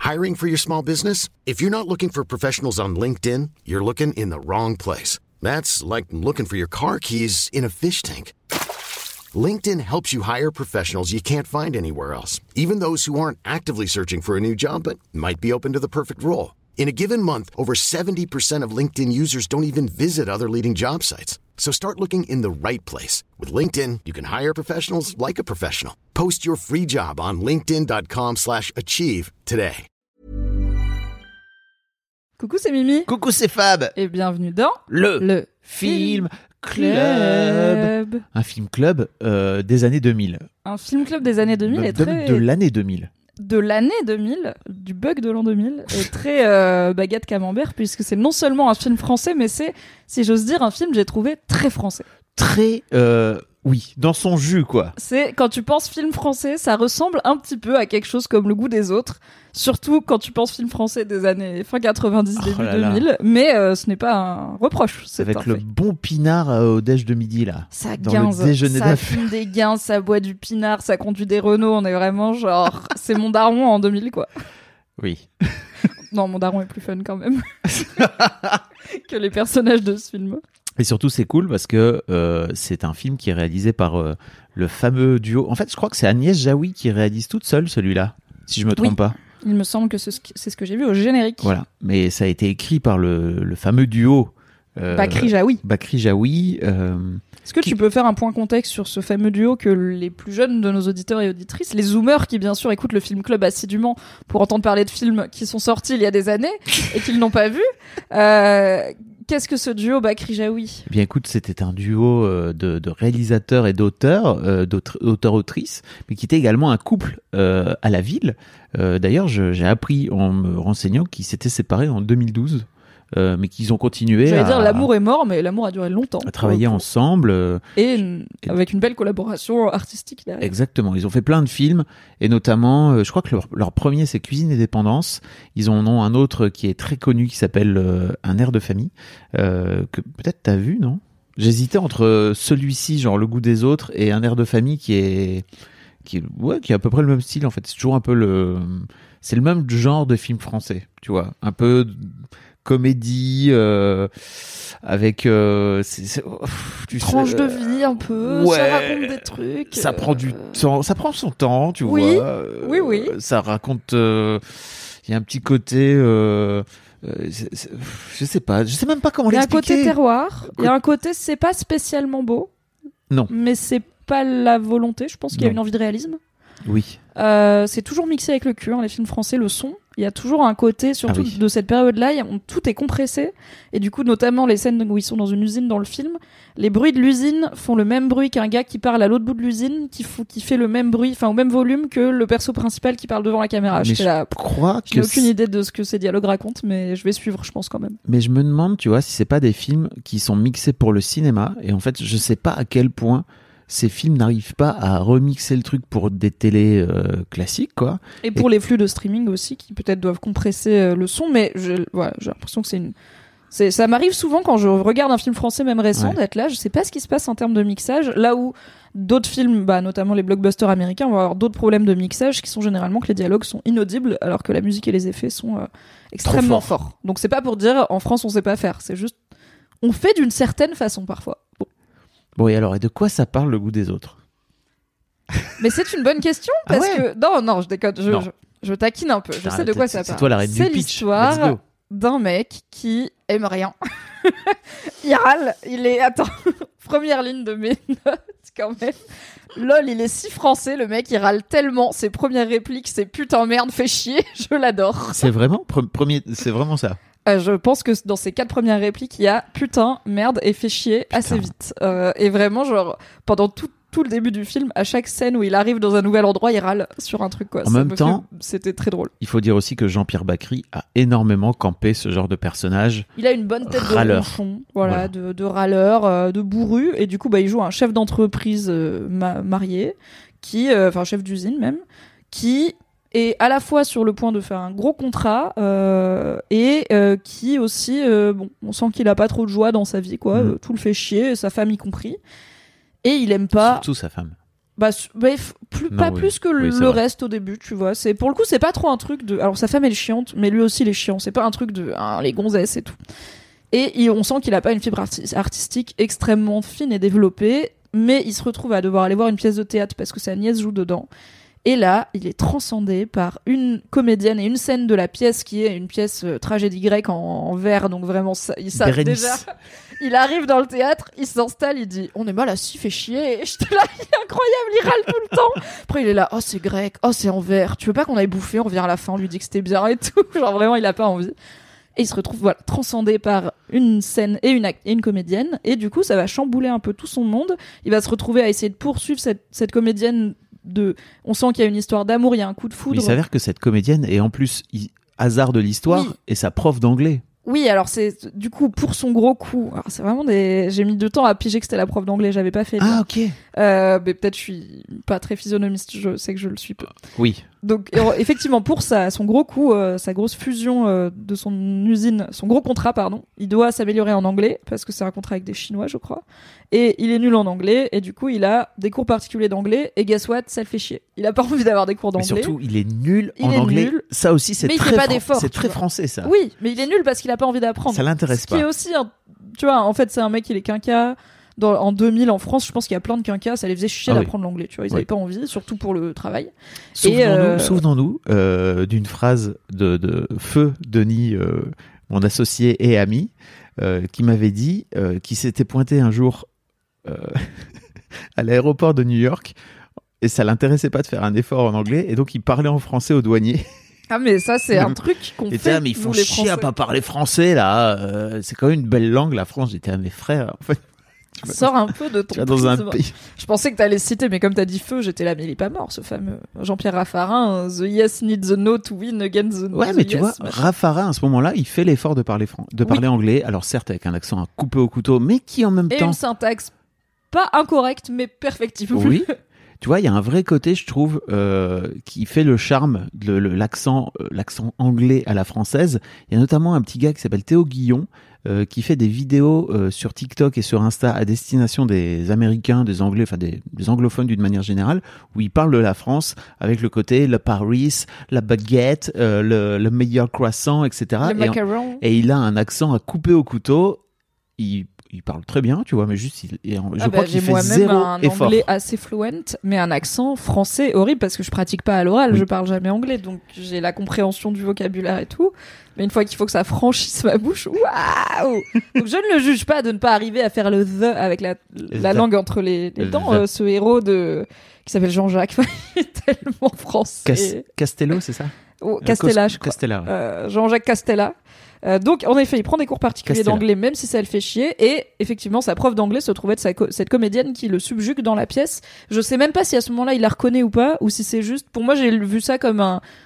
Hiring for your small business? If you're not looking for professionals on LinkedIn, you're looking in the wrong place. That's like looking for your car keys in a fish tank. LinkedIn helps you hire professionals you can't find anywhere else, even those who aren't actively searching for a new job but might be open to the perfect role. In a given month, over 70% of LinkedIn users don't even visit other leading job sites. So start looking in the right place. With LinkedIn, you can hire professionals like a professional. Post your free job on linkedin.com/achieve today. Coucou, c'est Mimi. Coucou, c'est Fab. Et bienvenue dans le Film Club. Un film club des années 2000. Un film club des années 2000 est très... De l'année 2000. De l'année 2000, du bug de l'an 2000, est très baguette camembert, puisque c'est non seulement un film français, mais c'est, si j'ose dire, un film que j'ai trouvé très français. Très... oui, dans son jus, quoi. C'est, quand tu penses film français, ça ressemble un petit peu à quelque chose comme Le Goût des autres, surtout quand tu penses film français des années fin 90, début 2000, mais ce n'est pas un reproche. C'est avec le bon pinard au déj de midi, là. Ça dans guinze, le déjeuner ça fume des guinzes, ça boit du pinard, ça conduit des Renault, on est vraiment genre, c'est mon daron en 2000, quoi. Oui. Non, mon daron est plus fun quand même que les personnages de ce film. Et surtout, c'est cool parce que c'est un film qui est réalisé par le fameux duo. En fait, je crois que c'est Agnès Jaoui qui réalise toute seule celui-là, si je me trompe pas. Il me semble que c'est ce que j'ai vu au générique. Voilà, mais ça a été écrit par le fameux duo Bakri Jaoui. Bakri Jaoui. Est-ce que tu peux faire un point contexte sur ce fameux duo que les plus jeunes de nos auditeurs et auditrices, les zoomers qui bien sûr écoutent le Film Club assidûment pour entendre parler de films qui sont sortis il y a des années et qu'ils n'ont pas vu, qu'est-ce que ce duo Bakri Jaoui ? Eh bien écoute, c'était un duo de réalisateurs et d'auteurs-autrices, mais qui était également un couple à la ville. D'ailleurs, j'ai appris en me renseignant qu'ils s'étaient séparés en 2012. Mais qu'ils ont continué J'allais dire l'amour est mort, mais l'amour a duré longtemps. À travailler ensemble. Et avec une belle collaboration artistique derrière. Exactement. Ils ont fait plein de films, et notamment, je crois que leur premier, c'est Cuisine et Dépendance. Ils en ont un autre qui est très connu, qui s'appelle Un air de famille, que peut-être t'as vu, non ? J'hésitais entre celui-ci, genre Le Goût des autres, et Un air de famille qui est à peu près le même style, en fait. C'est toujours un peu c'est le même genre de film français, tu vois. Un peu comédie avec tranche de vie un peu, ouais, ça raconte des trucs, ça prend du temps, ça prend son temps, tu vois. Oui. Ça raconte, il y a un petit côté je sais même pas comment l'expliquer. Il y a un côté terroir, il y a un côté c'est pas spécialement beau. Non. Mais c'est pas la volonté, je pense qu'il y a une envie de réalisme. Oui. C'est toujours mixé avec le cul, les films français, le son. Il y a toujours un côté, surtout de cette période-là, tout est compressé. Et du coup, notamment les scènes où ils sont dans une usine dans le film, les bruits de l'usine font le même bruit qu'un gars qui parle à l'autre bout de l'usine, qui fait le même bruit, enfin au même volume que le perso principal qui parle devant la caméra. Je n'ai aucune idée de ce que ces dialogues racontent, mais je vais suivre, je pense quand même. Mais je me demande, tu vois, si c'est pas des films qui sont mixés pour le cinéma. Et en fait, je sais pas à quel point ces films n'arrivent pas à remixer le truc pour des télés classiques, quoi. Et pour les flux de streaming aussi, qui peut-être doivent compresser le son, mais j'ai l'impression que ça m'arrive souvent quand je regarde un film français, même récent, d'être là, je sais pas ce qui se passe en termes de mixage, là où d'autres films, notamment les blockbusters américains, vont avoir d'autres problèmes de mixage qui sont généralement que les dialogues sont inaudibles, alors que la musique et les effets sont extrêmement forts. Donc c'est pas pour dire, en France on sait pas faire, c'est juste, on fait d'une certaine façon parfois. Bon, et alors, et de quoi ça parle, Le Goût des autres ? Mais c'est une bonne question, parce que... Non, je déconne, je taquine un peu, je sais de quoi ça parle. C'est toi la reine du pitch. C'est l'histoire d'un mec qui aime rien. Il râle, Attends, première ligne de mes notes, quand même. Lol, il est si français, le mec, il râle tellement. Ses premières répliques, c'est « putain, merde, fais chier », je l'adore. C'est vraiment c'est vraiment ça. Je pense que dans ces 4 premières répliques, il y a « putain, merde et fais chier » assez vite. Et vraiment, genre, pendant tout le début du film, à chaque scène où il arrive dans un nouvel endroit, il râle sur un truc, quoi. En même temps, c'était très drôle. Il faut dire aussi que Jean-Pierre Bacri a énormément campé ce genre de personnage. Il a une bonne tête râleur. De ronchon, voilà. De râleur, de bourru, et du coup, il joue un chef d'entreprise marié, enfin chef d'usine même, qui est à la fois sur le point de faire un gros contrat et qui aussi, on sent qu'il a pas trop de joie dans sa vie, quoi. Tout le fait chier, sa femme y compris. Et il aime pas. Surtout sa femme. Pas plus que le reste au début, tu vois. C'est pour le coup, c'est pas trop un truc de. Alors sa femme elle est chiante, mais lui aussi il est chiant. C'est pas un truc de les gonzesses et tout. Et on sent qu'il a pas une fibre artistique extrêmement fine et développée, mais il se retrouve à devoir aller voir une pièce de théâtre parce que sa nièce joue dedans. Et là, il est transcendé par une comédienne et une scène de la pièce qui est une pièce tragédie grecque en vers, donc vraiment ça déjà. Il arrive dans le théâtre, il s'installe, il dit on est mal assis, fait chier. Et j'étais là, il est incroyable, il râle tout le temps. Après il est là, oh c'est grec, oh c'est en vers. Tu veux pas qu'on aille bouffer, on revient à la fin, on lui dit que c'était bien et tout. Genre vraiment il a pas envie. Et il se retrouve transcendé par une scène et une comédienne. Et du coup ça va chambouler un peu tout son monde. Il va se retrouver à essayer de poursuivre cette comédienne. On sent qu'il y a une histoire d'amour, il y a un coup de foudre. Mais il s'avère que cette comédienne est en plus hasard de l'histoire et sa prof d'anglais. Oui, alors c'est du coup pour son gros coup. Alors c'est vraiment j'ai mis du temps à piger que c'était la prof d'anglais, j'avais pas fait. Ah ok. Mais peut-être je suis pas très physionomiste, je sais que je le suis peu. Oui. Donc effectivement pour son gros coup, sa grosse fusion de son usine, son gros contrat pardon, il doit s'améliorer en anglais parce que c'est un contrat avec des Chinois je crois. Et il est nul en anglais et du coup il a des cours particuliers d'anglais et guess what, ça le fait chier. Il a pas envie d'avoir des cours d'anglais. Mais surtout il est nul en anglais. Nul. Ça aussi c'est très français ça. Oui, mais il est nul parce qu'il a pas envie d'apprendre. Ça l'intéresse pas. Ce qui est aussi tu vois, en fait c'est un mec il est quinca. En 2000 en France, je pense qu'il y a plein de quinquas, ça les faisait chier d'apprendre l'anglais, tu vois, ils avaient pas envie, surtout pour le travail. Souvenons-nous d'une phrase de Feu Denis, mon associé et ami, qui m'avait dit qu'il s'était pointé un jour à l'aéroport de New York et ça l'intéressait pas de faire un effort en anglais et donc il parlait en français aux douaniers. Ah mais ça c'est un truc qu'on fait. Mais ils font chier à pas parler français là, c'est quand même une belle langue la France. J'étais mes frères en fait. Sors un peu de ton dans un pays. Je pensais que t'allais citer, mais comme t'as dit Feu, j'étais là, mais il est pas mort, ce fameux Jean-Pierre Raffarin. The yes needs the no to win against the no. Ouais, mais tu vois, Raffarin, à ce moment-là, il fait l'effort de parler anglais. Alors certes, avec un accent à couper au couteau, mais qui en même temps. Et une syntaxe pas incorrecte, mais perfective. Oui. Tu vois, il y a un vrai côté, je trouve, qui fait le charme de l'accent anglais à la française. Il y a notamment un petit gars qui s'appelle Théo Guillon, qui fait des vidéos sur TikTok et sur Insta à destination des Américains, des Anglais, enfin des anglophones d'une manière générale, où il parle de la France avec le côté le Paris, la baguette, le meilleur croissant, etc. Le macaron. Et il a un accent à couper au couteau. Il parle très bien, tu vois, mais juste, je crois qu'il fait zéro effort. J'ai moi-même un anglais assez fluent, mais un accent français horrible parce que je pratique pas à l'oral, je parle jamais anglais, donc j'ai la compréhension du vocabulaire et tout. Mais une fois qu'il faut que ça franchisse ma bouche, waouh! Donc je ne le juge pas de ne pas arriver à faire le the avec la langue entre les dents. Ce héros qui s'appelle Jean-Jacques, il est tellement français. Castello, c'est ça? Castella, je crois. Castella, ouais. Jean-Jacques Castella. Donc en effet il prend des cours particuliers d'anglais même si ça le fait chier et effectivement sa prof d'anglais se trouvait de cette comédienne qui le subjugue dans la pièce. Je sais même pas si à ce moment-là il la reconnaît ou pas ou si c'est juste, pour moi j'ai vu ça comme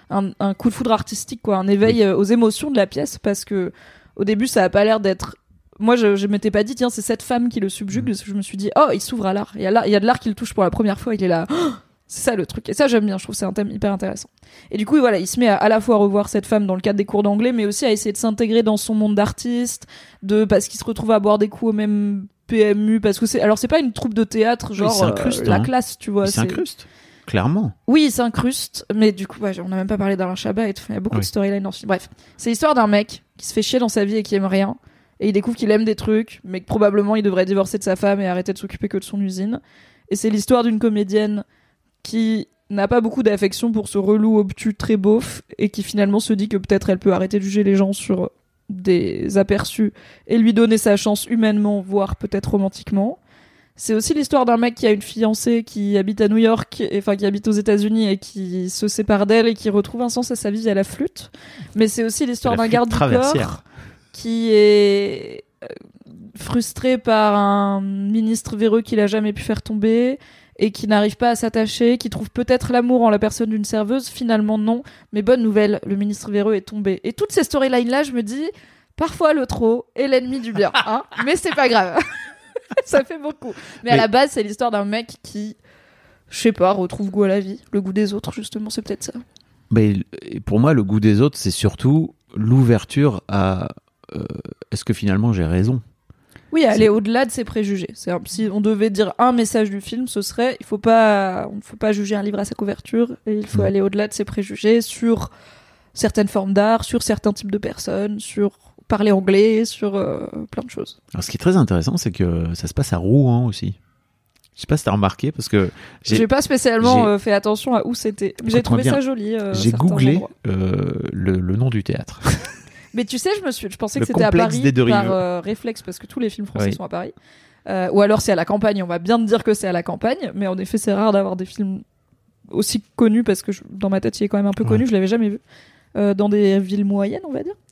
un coup de foudre artistique quoi, un éveil aux émotions de la pièce parce que au début ça a pas l'air d'être, moi je m'étais pas dit tiens c'est cette femme qui le subjugue, je me suis dit oh il s'ouvre à l'art, il y a de l'art qui le touche pour la première fois, il est là oh, c'est ça le truc. Et ça, j'aime bien. Je trouve que c'est un thème hyper intéressant. Et du coup, voilà, il se met à la fois revoir cette femme dans le cadre des cours d'anglais, mais aussi à essayer de s'intégrer dans son monde d'artiste, parce qu'il se retrouve à boire des coups au même PMU, parce que c'est pas une troupe de théâtre, genre la classe, tu vois. Il s'incruste, clairement. Oui, il s'incruste, mais du coup, on n'a même pas parlé d'Alain Chabat et tout. Il y a beaucoup de storylines dans ce film. Bref, c'est l'histoire d'un mec qui se fait chier dans sa vie et qui aime rien. Et il découvre qu'il aime des trucs, mais que probablement il devrait divorcer de sa femme et arrêter de s'occuper que de son usine. Et c'est l'histoire d'une comédienne qui n'a pas beaucoup d'affection pour ce relou obtus très beauf et qui finalement se dit que peut-être elle peut arrêter de juger les gens sur des aperçus et lui donner sa chance humainement, voire peut-être romantiquement. C'est aussi l'histoire d'un mec qui a une fiancée qui habite à New York, enfin qui habite aux États-Unis et qui se sépare d'elle et qui retrouve un sens à sa vie à la flûte. Mais c'est aussi l'histoire d'un garde du corps qui est frustré par un ministre véreux qu'il a jamais pu faire tomber et qui n'arrive pas à s'attacher, qui trouve peut-être l'amour en la personne d'une serveuse, finalement non, mais bonne nouvelle, le ministre véreux est tombé. Et toutes ces storylines-là, je me dis, parfois le trop est l'ennemi du bien, hein, mais c'est pas grave, ça fait beaucoup. Mais à la base, c'est l'histoire d'un mec qui, je sais pas, retrouve goût à la vie, le goût des autres, justement, c'est peut-être ça. Mais pour moi, le goût des autres, c'est surtout l'ouverture à est-ce que finalement j'ai raison ? Oui, aller au-delà de ses préjugés. Si on devait dire un message du film, ce serait on ne faut pas juger un livre à sa couverture, et il faut aller au-delà de ses préjugés sur certaines formes d'art, sur certains types de personnes, sur parler anglais, sur plein de choses. Alors, ce qui est très intéressant, c'est que ça se passe à Rouen aussi. Je sais pas si t'as remarqué, parce que j'ai pas spécialement fait attention à où c'était. J'ai trouvé ça joli. J'ai googlé le nom du théâtre. Mais tu sais, je pensais que c'était à Paris par réflexe, parce que tous les films français sont à Paris. Ou alors c'est à la campagne, on va bien te dire que c'est à la campagne, mais en effet c'est rare d'avoir des films aussi connus, parce que dans ma tête il est quand même un peu connu, je l'avais jamais vu, dans des villes moyennes on va dire.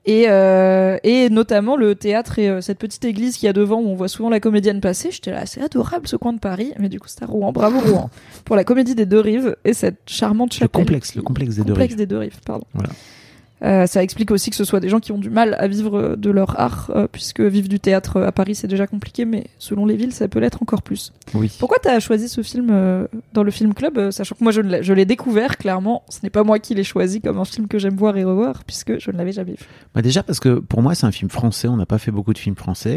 Et notamment le théâtre et cette petite église qu'il y a devant où on voit souvent la Comédienne passer. J'étais là, c'est adorable ce coin de Paris, mais du coup c'est à Rouen, bravo Rouen pour la Comédie des Deux Rives et cette charmante chapelle. Le complexe des Deux Rives. Pardon. Voilà. Ça explique aussi que ce soit des gens qui ont du mal à vivre de leur art, puisque vivre du théâtre à Paris c'est déjà compliqué, mais selon les villes ça peut l'être encore plus. Oui. Pourquoi t'as choisi ce film dans le film club, sachant que moi je l'ai découvert, clairement ce n'est pas moi qui l'ai choisi comme un film que j'aime voir et revoir, puisque je ne l'avais jamais vu. Bah déjà parce que pour moi c'est un film français, on n'a pas fait beaucoup de films français.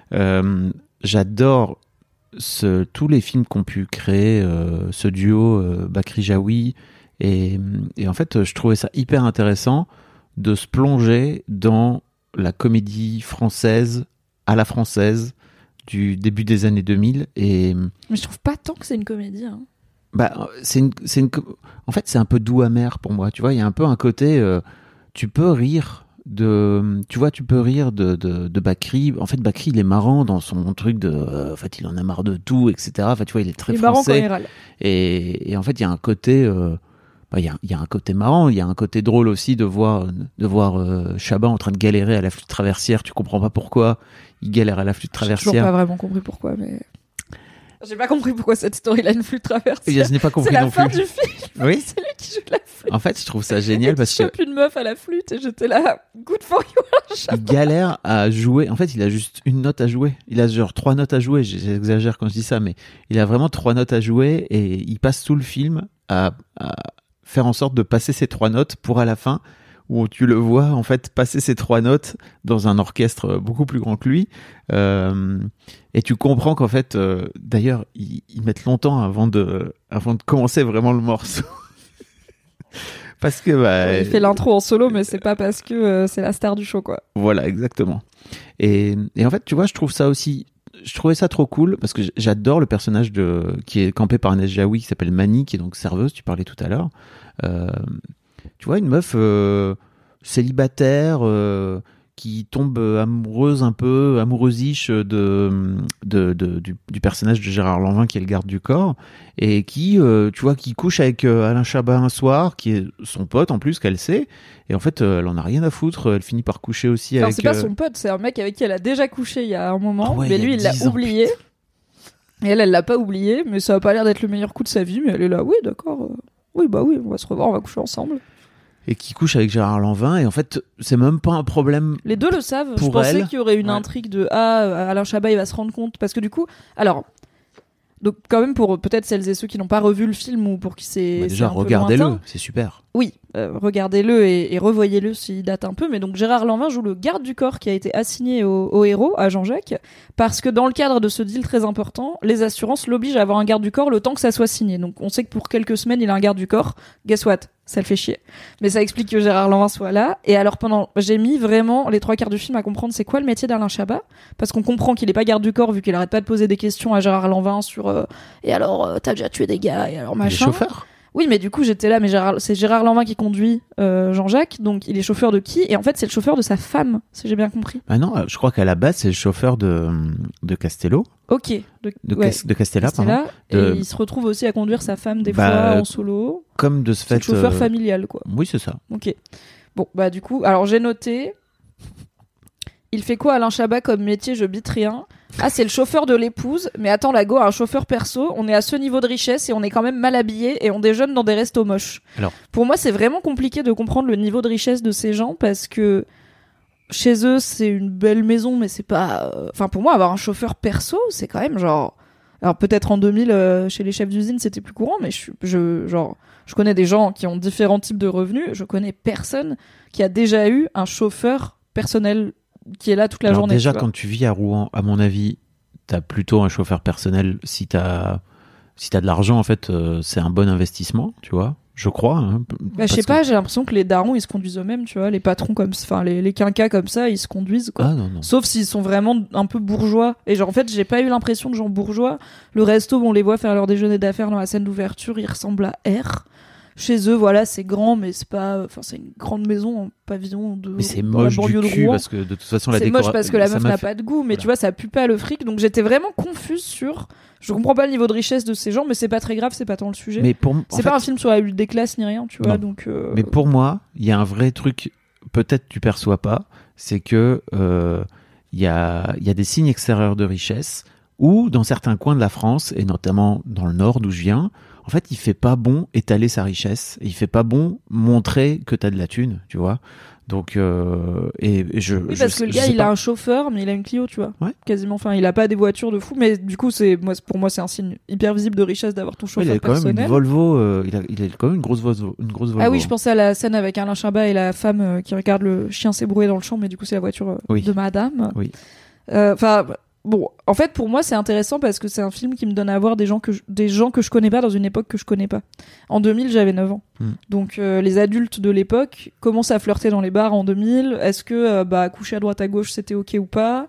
J'adore tous les films qu'ont pu créer ce duo Bakri Jaoui, et en fait je trouvais ça hyper intéressant de se plonger dans la comédie française à la française du début des années 2000. Mais je trouve pas tant que c'est une comédie. Hein. Bah, en fait, c'est un peu doux amer pour moi. Tu vois, il y a un peu un côté. Tu peux rire de Bakri. En fait, Bakri, il est marrant dans son truc de. En fait, il en a marre de tout, etc. Enfin, tu vois, il est très français. Il est marrant quand il râle. Et en fait, il y a un côté. Il y a un côté marrant, il y a un côté drôle aussi de voir Chabat en train de galérer à la flûte traversière. Tu comprends pas pourquoi il galère à la flûte traversière. J'ai toujours pas vraiment compris pourquoi, mais j'ai pas compris pourquoi cette storyline flûte traversière. Je n'ai pas compris non plus. C'est la fin du film. Oui. C'est lui qui joue de la flûte. En fait, je trouve ça génial parce que il chope une meuf à la flûte et j'étais là, good for you. Il galère à jouer. En fait, il a juste une note à jouer. Il a genre 3 notes à jouer. J'exagère quand je dis ça, mais il a vraiment 3 notes à jouer et il passe tout le film à faire en sorte de passer ces 3 notes pour à la fin où tu le vois en fait passer ces 3 notes dans un orchestre beaucoup plus grand que lui, et tu comprends qu'en fait d'ailleurs ils mettent longtemps avant de commencer vraiment le morceau. Parce que il fait l'intro en solo, mais c'est pas parce que c'est la star du show quoi. Voilà, exactement. Et en fait tu vois, je trouvais ça trop cool parce que j'adore le personnage qui est campé par Agnès Jaoui qui s'appelle Mani, qui est donc serveuse, tu parlais tout à l'heure. Tu vois, une meuf célibataire qui tombe amoureuse-ish du personnage de Gérard Lanvin qui est le garde du corps, et qui tu vois, qui couche avec Alain Chabat un soir, qui est son pote en plus, qu'elle sait, et en fait elle en a rien à foutre, elle finit par coucher aussi avec... c'est pas son pote, c'est un mec avec qui elle a déjà couché il y a un moment, ouais, mais lui il l'a oublié, et elle l'a pas oublié, mais ça a pas l'air d'être le meilleur coup de sa vie, mais elle est là, oui d'accord, oui on va se revoir, on va coucher ensemble. Et qui couche avec Gérard Lanvin, et en fait c'est même pas un problème. Les deux le savent. Je pensais qu'il y aurait une intrigue de Alain Chabat il va se rendre compte, parce que du coup donc quand même pour peut-être celles et ceux qui n'ont pas revu le film ou pour qui c'est déjà un peu regardez-le, lointain. c'est super. Oui, regardez-le et revoyez-le s'il date un peu. Mais donc Gérard Lanvin joue le garde du corps qui a été assigné au héros, à Jean-Jacques, parce que dans le cadre de ce deal très important, les assurances l'obligent à avoir un garde du corps le temps que ça soit signé. Donc on sait que pour quelques semaines il a un garde du corps. Guess what ? Ça le fait chier. Mais ça explique que Gérard Lanvin soit là. Et alors j'ai mis vraiment les 3 quarts du film à comprendre c'est quoi le métier d'Alain Chabat, parce qu'on comprend qu'il est pas garde du corps vu qu'il arrête pas de poser des questions à Gérard Lanvin sur et alors t'as déjà tué des gars et alors machin. Il est chauffeur. Oui, mais du coup j'étais là, mais c'est Gérard Lanvin qui conduit Jean-Jacques, donc il est chauffeur de qui ? Et en fait c'est le chauffeur de sa femme, si j'ai bien compris. Ah non, je crois qu'à la base c'est le chauffeur de Castello. Ok. De Castella, pardon. Et il se retrouve aussi à conduire sa femme des fois en solo. Comme de ce fait. C'est le chauffeur familial, quoi. Oui, c'est ça. Ok. Bon, bah du coup, alors j'ai noté. Il fait quoi Alain Chabat comme métier ? Je bite rien. Ah, c'est le chauffeur de l'épouse. Mais attends, la go a un chauffeur perso. On est à ce niveau de richesse et on est quand même mal habillés et on déjeune dans des restos moches. Alors. Pour moi, c'est vraiment compliqué de comprendre le niveau de richesse de ces gens parce que chez eux, c'est une belle maison, mais c'est pas... Enfin, pour moi, avoir un chauffeur perso, c'est quand même genre... Alors peut-être en 2000, chez les chefs d'usine, c'était plus courant, mais je connais des gens qui ont différents types de revenus. Je connais personne qui a déjà eu un chauffeur personnel qui est là toute la Alors journée. déjà, tu vois. quand tu vis à Rouen, à mon avis, t'as plutôt un chauffeur personnel. Si t'as de l'argent, en fait, c'est un bon investissement, tu vois. Je crois. Hein, Bah, je sais pas, j'ai l'impression que les darons ils se conduisent eux-mêmes, tu vois, les patrons comme, enfin les quinquas comme ça, ils se conduisent quoi. Ah non, non. Sauf s'ils sont vraiment un peu bourgeois. Et genre en fait, j'ai pas eu l'impression de gens bourgeois. Le resto, on les voit faire leur déjeuner d'affaires dans la scène d'ouverture, ils ressemblent à R. Chez eux, voilà, c'est grand, mais c'est pas, enfin c'est une grande maison en pavillon de. Mais c'est dans la moche du banlieue de cul Rouen. parce que de toute façon la C'est décoration. moche parce que la meuf n'a pas de goût, mais Voilà. tu vois, ça pue pas le fric. Donc j'étais vraiment confuse sur. Je comprends pas le niveau de richesse de ces gens, mais c'est pas très grave, c'est pas tant le sujet. Mais pour C'est pas un film sur la lutte des classes ni rien, tu vois. Non. Donc. Mais pour moi, il y a un vrai truc, peut-être tu perçois pas, c'est que il y a des signes extérieurs de richesse où dans certains coins de la France, et notamment dans le nord d'où je viens, en fait, il fait pas bon étaler sa richesse, et il fait pas bon montrer que t'as de la thune, tu vois. Donc, oui, parce que le gars, il a un chauffeur, mais il a une Clio, tu vois. Ouais. Quasiment. Enfin, il a pas des voitures de fou, mais du coup, pour moi, c'est un signe hyper visible de richesse d'avoir ton il chauffeur a quand même personnel. une Volvo, il a quand même une grosse Volvo. Ah oui, je pensais à la scène avec Alain Chabat et la femme qui regarde le chien s'ébrouer dans le champ, mais du coup, c'est la voiture Oui. de madame. Oui. Enfin, bon, en fait, pour moi, c'est intéressant parce que c'est un film qui me donne à voir des gens que je connais pas dans une époque que je connais pas. En 2000, j'avais 9 ans. Donc, les adultes de l'époque commencent à flirter dans les bars en 2000. Est-ce que, coucher à droite à gauche, c'était ok ou pas?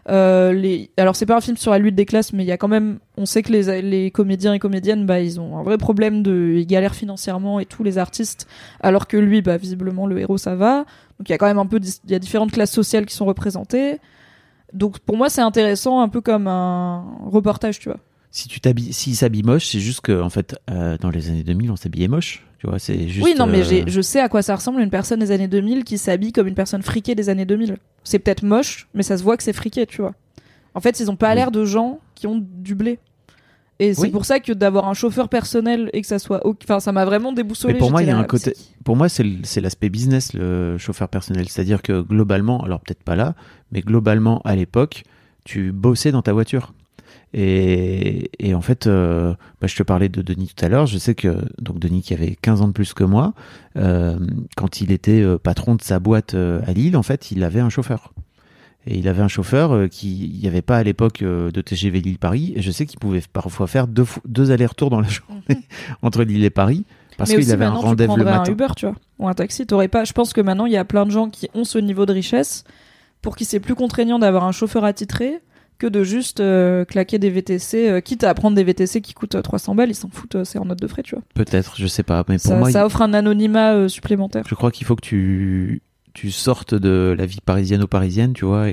Alors, c'est pas un film sur la lutte des classes, mais il y a quand même, on sait que les comédiens et comédiennes, ils ont un vrai problème ils galèrent financièrement et tous les artistes, alors que lui, visiblement, le héros, ça va. Donc, il y a quand même il y a différentes classes sociales qui sont représentées. Donc pour moi c'est intéressant, un peu comme un reportage, tu vois. S'il s'habille moche, c'est juste que en fait dans les années 2000 on s'habillait moche, tu vois, c'est juste. Oui, non, mais je sais à quoi ça ressemble une personne des années 2000 qui s'habille comme une personne friquée des années 2000. C'est peut-être moche, mais ça se voit que c'est friqué, tu vois. En fait, ils ont pas l'air de gens qui ont du blé. Et c'est pour ça que d'avoir un chauffeur personnel et que ça soit, enfin, ça m'a vraiment déboussolé. Mais pour moi, il y a un côté. Pour moi, c'est l'aspect business, le chauffeur personnel. C'est-à-dire que globalement, alors peut-être pas là, mais globalement à l'époque, tu bossais dans ta voiture. Et en fait, je te parlais de Denis tout à l'heure. Je sais que donc Denis qui avait 15 ans de plus que moi, quand il était patron de sa boîte à Lille, en fait, il avait un chauffeur. Et il avait un chauffeur il n'y avait pas à l'époque de TGV Lille-Paris. Et je sais qu'il pouvait parfois faire deux allers-retours dans la journée entre Lille et Paris. Parce qu'il avait un rendez-vous le matin. Un Uber, tu vois, ou un taxi. T'aurais pas. Je pense que maintenant, il y a plein de gens qui ont ce niveau de richesse pour qui c'est plus contraignant d'avoir un chauffeur attitré que de juste claquer des VTC. Quitte à prendre des VTC qui coûtent 300 balles, ils s'en foutent, c'est en note de frais, tu vois. Peut-être, je sais pas. Mais pour ça, moi, ça offre un anonymat supplémentaire. Je crois qu'il faut que tu sortes de la vie parisienne, tu vois,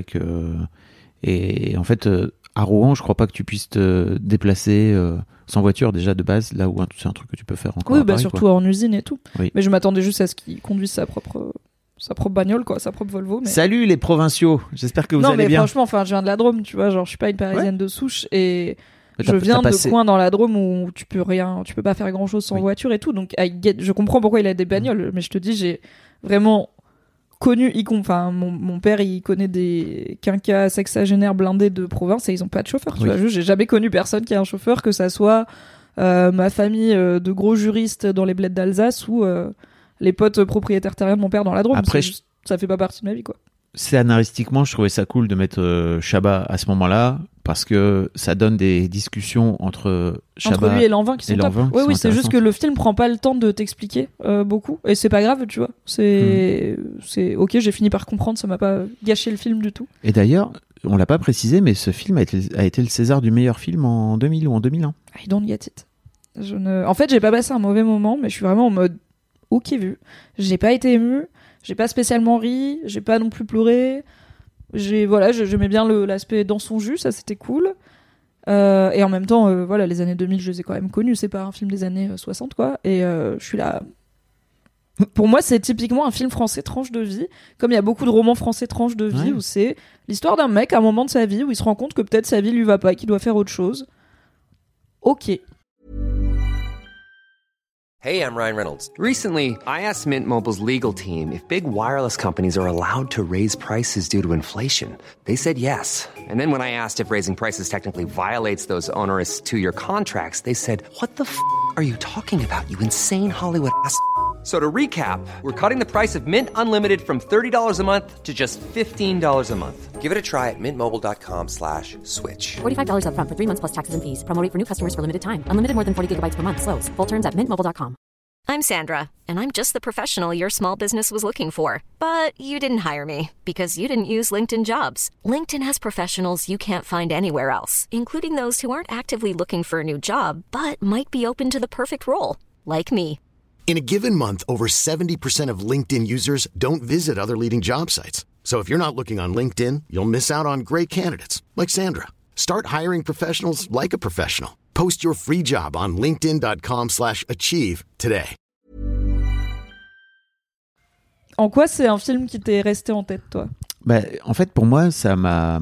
et en fait, à Rouen, je crois pas que tu puisses te déplacer sans voiture déjà de base, là où c'est un truc que tu peux faire encore. Oui, à Paris, surtout quoi. en usine et tout. Oui. Mais je m'attendais juste à ce qu'il conduise sa propre bagnole, quoi, sa propre Volvo. Mais... Salut les provinciaux, j'espère que vous allez bien. Non, mais franchement, enfin, je viens de la Drôme, tu vois, genre, je suis pas une Parisienne de souche et je viens de coins dans la Drôme où tu peux pas faire grand chose sans voiture et tout. Donc, je comprends pourquoi il a des bagnoles, mais je te dis, j'ai vraiment connu, enfin, mon père, il connaît des quinquas sexagénaires blindés de province et ils ont pas de chauffeur, tu vois. J'ai jamais connu personne qui a un chauffeur, que ça soit ma famille de gros juristes dans les bleds d'Alsace ou les potes propriétaires terriens de mon père dans la Drôme. Après, ça fait pas partie de ma vie, quoi. Scénaristiquement, je trouvais ça cool de mettre Chabat à ce moment-là parce que ça donne des discussions entre Chabat lui et Lanvin qui sont top. Oui, c'est juste que le film prend pas le temps de t'expliquer beaucoup et c'est pas grave, tu vois. C'est ok, j'ai fini par comprendre, ça m'a pas gâché le film du tout. Et d'ailleurs, on l'a pas précisé, mais ce film a été le César du meilleur film en 2000 ou en 2001. I don't get it. En fait, j'ai pas passé un mauvais moment, mais je suis vraiment en mode ok vu. J'ai pas été émue. J'ai pas spécialement ri, j'ai pas non plus pleuré. J'aimais bien l'aspect dans son jus, ça c'était cool. Et en même temps, les années 2000, je les ai quand même connus. C'est pas un film des années 60, quoi. Et je suis là. Pour moi, c'est typiquement un film français tranche de vie. Comme il y a beaucoup de romans français tranche de vie où c'est l'histoire d'un mec à un moment de sa vie où il se rend compte que peut-être sa vie lui va pas et qu'il doit faire autre chose. Ok. Hey, I'm Ryan Reynolds. Recently, I asked Mint Mobile's legal team if big wireless companies are allowed to raise prices due to inflation. They said yes. And then when I asked if raising prices technically violates those onerous two-year contracts, they said, "What the f*** are you talking about, you insane Hollywood ass f- So to recap, we're cutting the price of Mint Unlimited from $30 a month to just $15 a month. Give it a try at mintmobile.com/switch. $45 up front for 3 months plus taxes and fees. Promo rate for new customers for limited time. Unlimited more than 40 gigabytes per month. Slows full terms at mintmobile.com. I'm Sandra, and I'm just the professional your small business was looking for. But you didn't hire me because you didn't use LinkedIn Jobs. LinkedIn has professionals you can't find anywhere else, including those who aren't actively looking for a new job, but might be open to the perfect role, like me. In a given month, over 70% of LinkedIn users don't visit other leading job sites. So if you're not looking on LinkedIn, you'll miss out on great candidates like Sandra. Start hiring professionals like a professional. Post your free job on linkedin.com/achieve today. En quoi c'est un film qui t'est resté en tête, toi ? Bah, en fait, pour moi, ça m'a...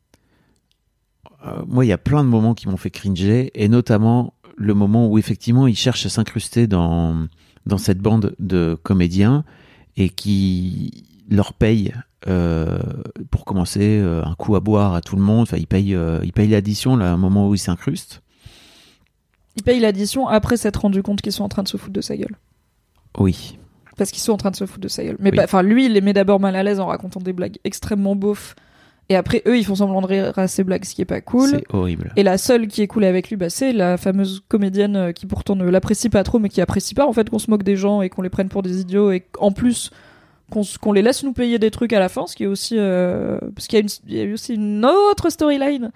moi, il y a plein de moments qui m'ont fait cringer, et notamment le moment où, effectivement, il cherche à s'incruster dans cette bande de comédiens et qui leur paye, pour commencer, un coup à boire à tout le monde. Enfin, il paye l'addition, là, à un moment où il s'incruste. Il paye l'addition après s'être rendu compte qu'ils sont en train de se foutre de sa gueule. Oui. Parce qu'ils sont en train de se foutre de sa gueule. Mais Oui. lui, il les met d'abord mal à l'aise en racontant des blagues extrêmement beaufs. Et après, eux, ils font semblant de rire à ces blagues, ce qui est pas cool. C'est horrible. Et la seule qui est cool avec lui, c'est la fameuse comédienne qui pourtant ne l'apprécie pas trop, mais qui apprécie pas en fait qu'on se moque des gens et qu'on les prenne pour des idiots, et en plus qu'on les laisse nous payer des trucs à la fin, ce qui est aussi... parce qu'il y a eu aussi une autre storyline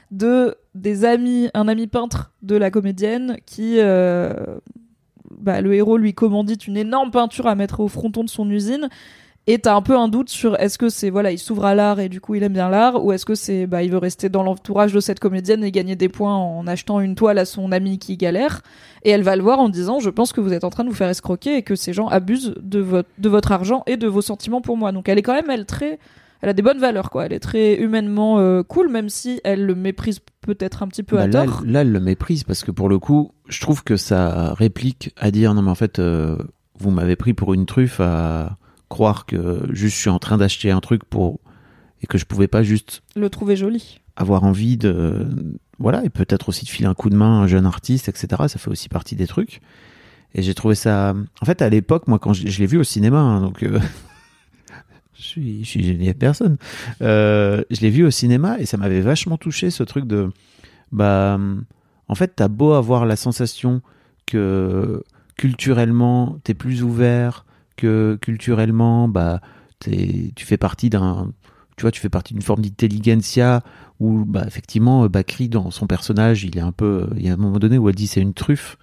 un ami peintre de la comédienne qui... le héros lui commandite une énorme peinture à mettre au fronton de son usine, et t'as un peu un doute sur est-ce que c'est il s'ouvre à l'art et du coup il aime bien l'art, ou est-ce que c'est il veut rester dans l'entourage de cette comédienne et gagner des points en achetant une toile à son ami qui galère, et elle va le voir en disant je pense que vous êtes en train de vous faire escroquer et que ces gens abusent de votre argent et de vos sentiments pour moi. Donc elle est quand même elle a des bonnes valeurs, quoi. Elle est très humainement cool, même si elle le méprise peut-être un petit peu à tort. Là, elle le méprise parce que pour le coup, je trouve que ça réplique à dire non mais en fait, vous m'avez pris pour une truffe, à croire que juste je suis en train d'acheter un truc et que je pouvais pas juste le trouver joli, avoir envie de et peut-être aussi de filer un coup de main à un jeune artiste, etc. Ça fait aussi partie des trucs. Et j'ai trouvé ça, en fait, à l'époque, moi quand je l'ai vu au cinéma, hein, donc je suis génial personne. Je l'ai vu au cinéma et ça m'avait vachement touché, ce truc de en fait t'as beau avoir la sensation que culturellement t'es plus ouvert, que culturellement tu fais partie d'une forme d'intelligentsia où effectivement Bakri dans son personnage il y a un moment donné où elle dit c'est une truffe,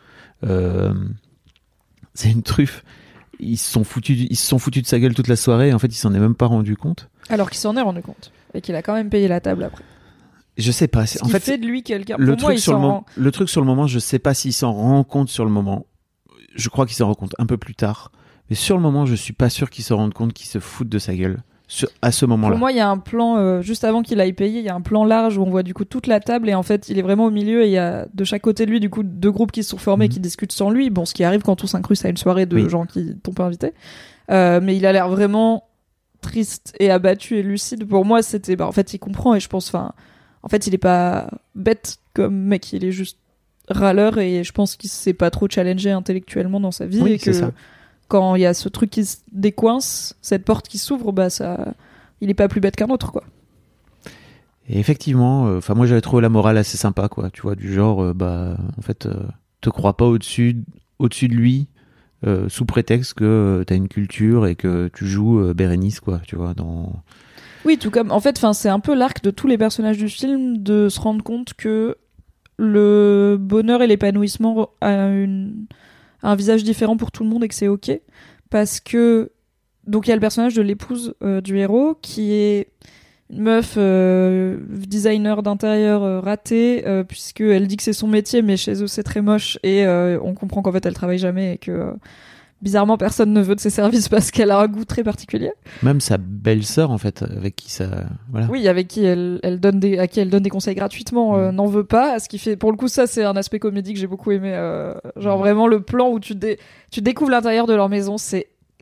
ils se sont foutus de sa gueule toute la soirée, et en fait il s'en est même pas rendu compte, alors qu'il s'en est rendu compte et qu'il a quand même payé la table après. Je sais pas, en fait fait de lui quelqu'un. Le truc sur le moment, je sais pas s'il s'en rend compte sur le moment. Je crois qu'il s'en rend compte un peu plus tard. Mais sur le moment, je suis pas sûr qu'il se rende compte qu'il se fout de sa gueule à ce moment-là. Pour moi, il y a un plan, juste avant qu'il aille payer, il y a un plan large où on voit du coup toute la table, et en fait, il est vraiment au milieu, et il y a de chaque côté de lui, du coup, 2 groupes qui se sont formés, qui discutent sans lui. Bon, ce qui arrive quand on s'incruste à une soirée de gens qui t'ont pas invité. Mais il a l'air vraiment triste et abattu et lucide. Pour moi, c'était, en fait, il comprend, et je pense, en fait, il est pas bête comme mec, il est juste râleur, et je pense qu'il s'est pas trop challengé intellectuellement dans sa vie, oui, et que ça. Quand il y a ce truc qui se décoince, cette porte qui s'ouvre, il est pas plus bête qu'un autre, quoi. Et effectivement, moi j'avais trouvé la morale assez sympa, quoi. Tu vois, du genre, en fait, te crois pas au-dessus de lui, sous prétexte que t'as une culture et que tu joues Bérénice, quoi. Tu vois, dans. Oui, tout comme, en fait, c'est un peu l'arc de tous les personnages du film de se rendre compte que le bonheur et l'épanouissement a un visage différent pour tout le monde, et que c'est ok, parce que donc il y a le personnage de l'épouse du héros qui est une meuf designer d'intérieur ratée, puisqu'elle dit que c'est son métier, mais chez eux c'est très moche, et on comprend qu'en fait elle travaille jamais, et que bizarrement personne ne veut de ses services parce qu'elle a un goût très particulier. Même sa belle-sœur, en fait, avec qui ça... Voilà. Oui, avec qui elle donne des conseils gratuitement, n'en veut pas. Ce qui fait, pour le coup, ça c'est un aspect comédie que j'ai beaucoup aimé. Genre vraiment le plan où tu découvres l'intérieur de leur maison, c'est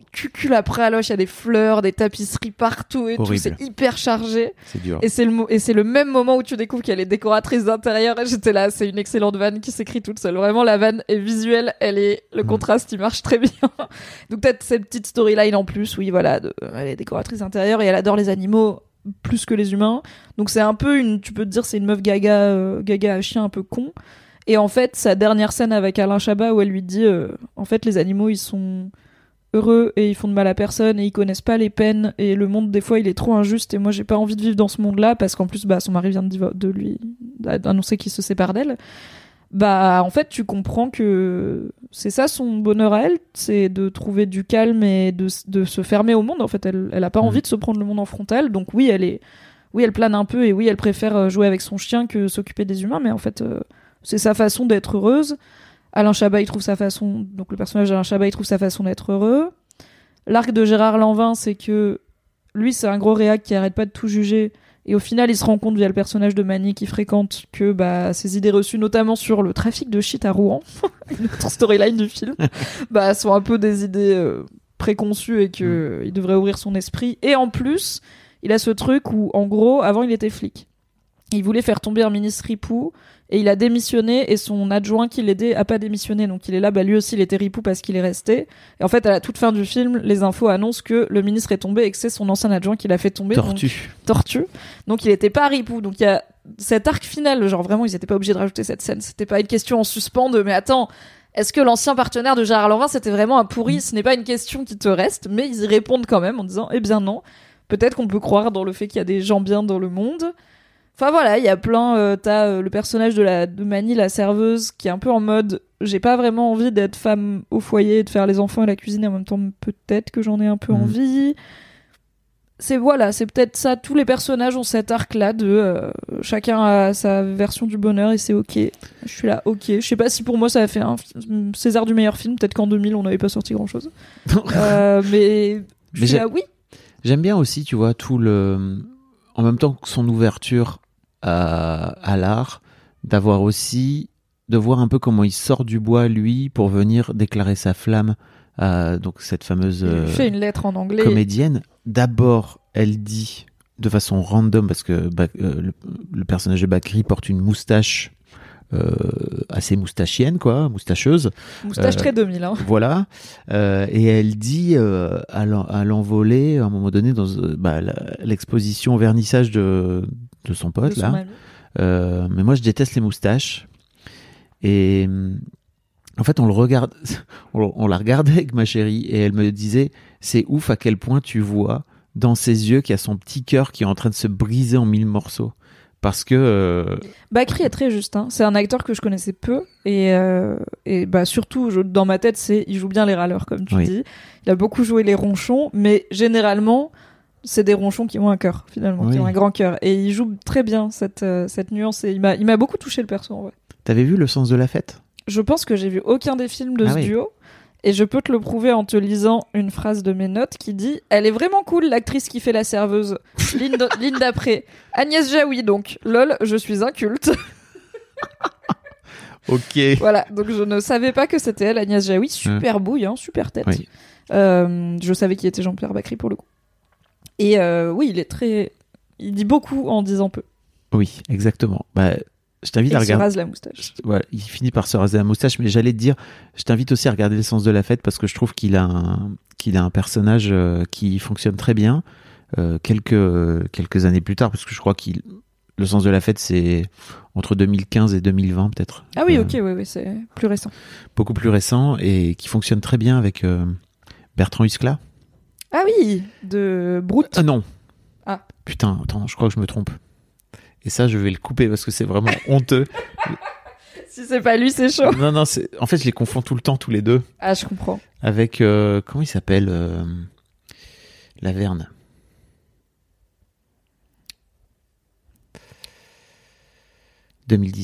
cucul après à l'oche, il y a des fleurs, des tapisseries partout et Horrible. tout, c'est hyper chargé. C'est dur. Et c'est le même moment où tu découvres qu'il y a les décoratrices d'intérieur et j'étais là, c'est une excellente vanne qui s'écrit toute seule. Vraiment, la vanne est visuelle, le contraste, il marche très bien. Donc peut-être cette petite storyline en plus, oui, voilà, elle est décoratrice d'intérieur et elle adore les animaux plus que les humains. Donc c'est un peu tu peux te dire, c'est une meuf gaga à chien un peu con. Et en fait, sa dernière scène avec Alain Chabat où elle lui dit, en fait, les animaux, ils sont heureux et ils font de mal à personne et ils connaissent pas les peines et le monde des fois il est trop injuste et moi j'ai pas envie de vivre dans ce monde-là parce qu'en plus son mari vient de lui annoncer qu'il se sépare d'elle. En fait tu comprends que c'est ça son bonheur à elle, c'est de trouver du calme et de se fermer au monde. En fait elle a pas envie de se prendre le monde en frontal, donc oui elle plane un peu et oui elle préfère jouer avec son chien que s'occuper des humains, mais en fait c'est sa façon d'être heureuse. Alain Chabat, donc le personnage d'Alain Chabat, il trouve sa façon d'être heureux. L'arc de Gérard Lanvin, c'est que lui, c'est un gros réac qui arrête pas de tout juger. Et au final, il se rend compte via le personnage de Mani qu'il fréquente que ses idées reçues, notamment sur le trafic de shit à Rouen, une autre storyline du film, sont un peu des idées préconçues et qu'il devrait ouvrir son esprit. Et en plus, il a ce truc où, en gros, avant, il était flic. Il voulait faire tomber un ministre ripou et il a démissionné et son adjoint qui l'aidait a pas démissionné, donc il est là, lui aussi il était ripou parce qu'il est resté. Et en fait à la toute fin du film, les infos annoncent que le ministre est tombé et que c'est son ancien adjoint qui l'a fait tomber. Tortue. Donc il était pas ripou. Donc il y a cet arc final, genre vraiment ils étaient pas obligés de rajouter cette scène. C'était pas une question en suspens de mais attends, est-ce que l'ancien partenaire de Gérard Lanvin c'était vraiment un pourri? Ce n'est pas une question qui te reste, mais ils y répondent quand même en disant eh bien non. Peut-être qu'on peut croire dans le fait qu'il y a des gens bien dans le monde. Enfin voilà, il y a plein. T'as le personnage de Mani, la serveuse, qui est un peu en mode j'ai pas vraiment envie d'être femme au foyer et de faire les enfants et la cuisine, et en même temps peut-être que j'en ai un peu envie. C'est peut-être ça. Tous les personnages ont cet arc-là de chacun a sa version du bonheur et c'est ok. Je suis là, ok. Je sais pas si pour moi ça a fait un César du meilleur film. Peut-être qu'en 2000 on n'avait pas sorti grand-chose. Mais je suis là, oui. J'aime bien aussi, tu vois, en même temps que son ouverture à l'art, de voir un peu comment il sort du bois lui pour venir déclarer sa flamme à donc cette fameuse il fait une lettre en anglais. Comédienne. D'abord elle dit de façon random parce que le personnage de Bakri porte une moustache assez moustachienne moustacheuse, moustache très 2000 hein. Voilà, et elle dit à l'envolée à un moment donné dans l'exposition au vernissage de son pote de là mais moi je déteste les moustaches et en fait on la regardait avec ma chérie et elle me disait c'est ouf à quel point tu vois dans ses yeux qu'il y a son petit cœur qui est en train de se briser en 1000 morceaux. Parce que Bakri est très juste, hein. C'est un acteur que je connaissais peu et surtout dans ma tête il joue bien les râleurs comme tu dis. Il a beaucoup joué les ronchons, mais généralement c'est des ronchons qui ont un cœur finalement, qui ont un grand cœur et il joue très bien cette nuance et il m'a beaucoup touché le perso en vrai. T'avais vu Le Sens de la Fête? Je pense que j'ai vu aucun des films de ce duo. Et je peux te le prouver en te lisant une phrase de mes notes qui dit « Elle est vraiment cool, l'actrice qui fait la serveuse. » Ligne d'après. Agnès Jaoui, donc. Lol, je suis inculte. Ok. Voilà, donc je ne savais pas que c'était elle, Agnès Jaoui. Super bouille, hein, super tête. Oui. Je savais qui était Jean-Pierre Bacri pour le coup. Et oui, il dit beaucoup en disant peu. Oui, exactement. Je t'invite à regarder. Il se rase la moustache. Voilà, il finit par se raser la moustache, mais j'allais te dire, je t'invite aussi à regarder Le Sens de la Fête parce que je trouve qu'il a un personnage qui fonctionne très bien. Quelques années plus tard, parce que je crois Le Sens de la Fête, c'est entre 2015 et 2020 peut-être. Ah oui, ok, oui, c'est plus récent. Beaucoup plus récent et qui fonctionne très bien avec Bertrand Huskla. Ah oui, de Brute. Non. Ah. Putain, attends, je crois que je me trompe. Et ça, je vais le couper parce que c'est vraiment honteux. Si c'est pas lui, c'est chaud. Non, en fait, je les confonds tout le temps, tous les deux. Ah, je comprends. Avec, comment il s'appelle Laverne. « 2017. »